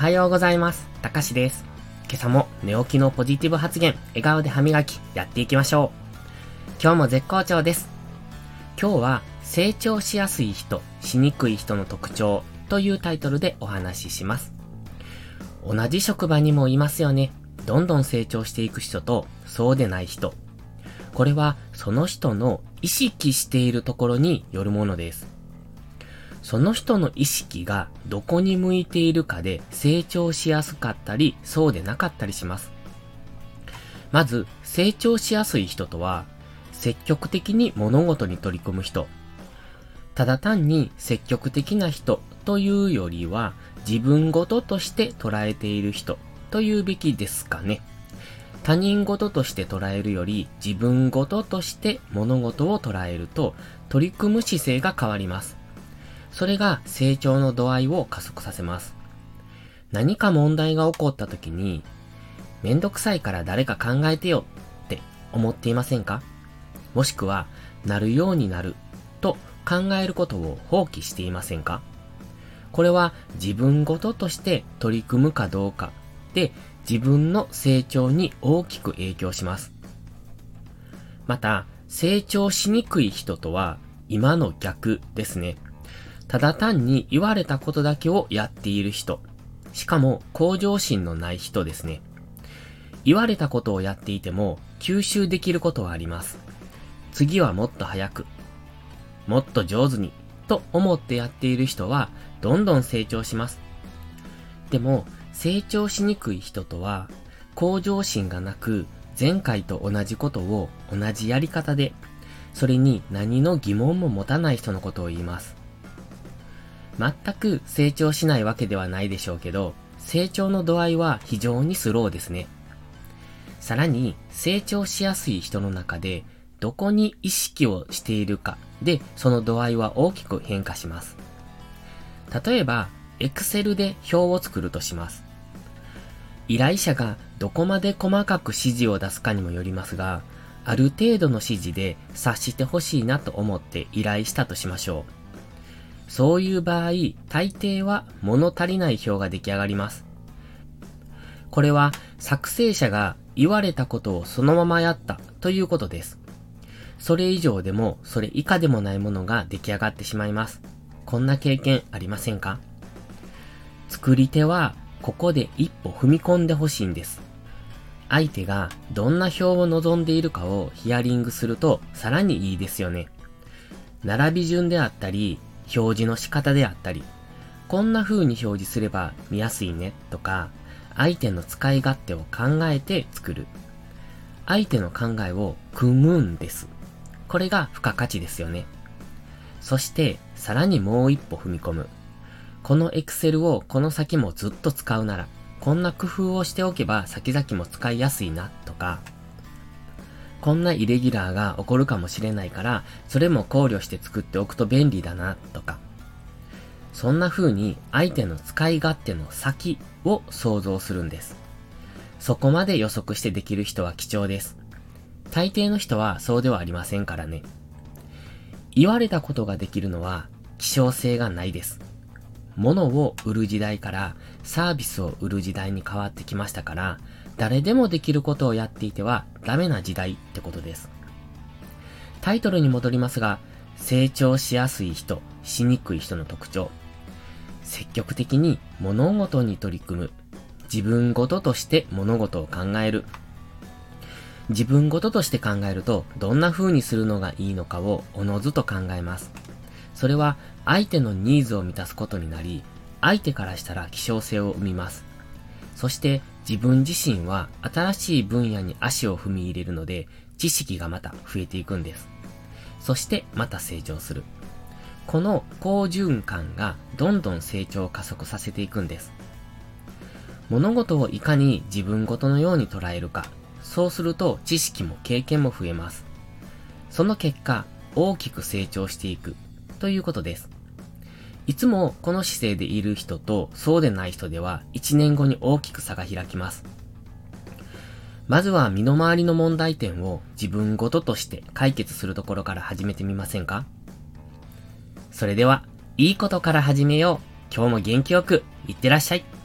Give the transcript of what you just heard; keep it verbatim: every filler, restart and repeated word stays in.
はようございます。たかしです。今朝も寝起きのポジティブ発言、笑顔で歯磨き、やっていきましょう。今日も絶好調です。今日は成長しやすい人、しにくい人の特徴というタイトルでお話しします。同じ職場にもいますよね。どんどん成長していく人とそうでない人。これはその人の意識しているところによるものです。その人の意識がどこに向いているかで成長しやすかったり、そうでなかったりします。まず、成長しやすい人とは、積極的に物事に取り組む人。ただ単に積極的な人というよりは、自分事として捉えている人というべきですかね。他人事として捉えるより、自分事として物事を捉えると、取り組む姿勢が変わります。それが成長の度合いを加速させます。何か問題が起こった時に、めんどくさいから誰か考えてよって思っていませんか？もしくは、なるようになると考えることを放棄していませんか？これは自分事として取り組むかどうかで自分の成長に大きく影響します。また、成長しにくい人とは今の逆ですね。ただ単に言われたことだけをやっている人。しかも向上心のない人ですね。言われたことをやっていても吸収できることはあります。次はもっと早く、もっと上手にと思ってやっている人はどんどん成長します。でも成長しにくい人とは向上心がなく前回と同じことを同じやり方で、それに何の疑問も持たない人のことを言います。全く成長しないわけではないでしょうけど、成長の度合いは非常にスローですね。さらに、成長しやすい人の中で、どこに意識をしているかで、その度合いは大きく変化します。例えば、Excel で表を作るとします。依頼者がどこまで細かく指示を出すかにもよりますが、ある程度の指示で察してほしいなと思って依頼したとしましょう。そういう場合、大抵は物足りない表が出来上がります。これは作成者が言われたことをそのままやったということです。それ以上でもそれ以下でもないものが出来上がってしまいます。こんな経験ありませんか？作り手はここで一歩踏み込んでほしいんです。相手がどんな表を望んでいるかをヒアリングするとさらにいいですよね。並び順であったり、表示の仕方であったり、こんな風に表示すれば見やすいねとか、相手の使い勝手を考えて作る。相手の考えを組むんです。これが付加価値ですよね。そして、さらにもう一歩踏み込む。この Excel をこの先もずっと使うなら、こんな工夫をしておけば先々も使いやすいなとか、こんなイレギュラーが起こるかもしれないから、それも考慮して作っておくと便利だな、とか。そんな風に相手の使い勝手の先を想像するんです。そこまで予測してできる人は貴重です。大抵の人はそうではありませんからね。言われたことができるのは希少性がないです。物を売る時代からサービスを売る時代に変わってきましたから、誰でもできることをやっていてはダメな時代ってことです。タイトルに戻りますが、成長しやすい人、しにくい人の特徴。積極的に物事に取り組む。自分事として物事を考える。自分事として考えると、どんな風にするのがいいのかをおのずと考えます。それは相手のニーズを満たすことになり、相手からしたら希少性を生みます。そして自分自身は新しい分野に足を踏み入れるので、知識がまた増えていくんです。そしてまた成長する。この好循環がどんどん成長を加速させていくんです。物事をいかに自分ごとのように捉えるか、そうすると知識も経験も増えます。その結果、大きく成長していくということです。いつもこの姿勢でいる人とそうでない人ではいちねんごに大きく差が開きます。まずは身の回りの問題点を自分ごととして解決するところから始めてみませんか？それでは、いいことから始めよう。今日も元気よく、いってらっしゃい。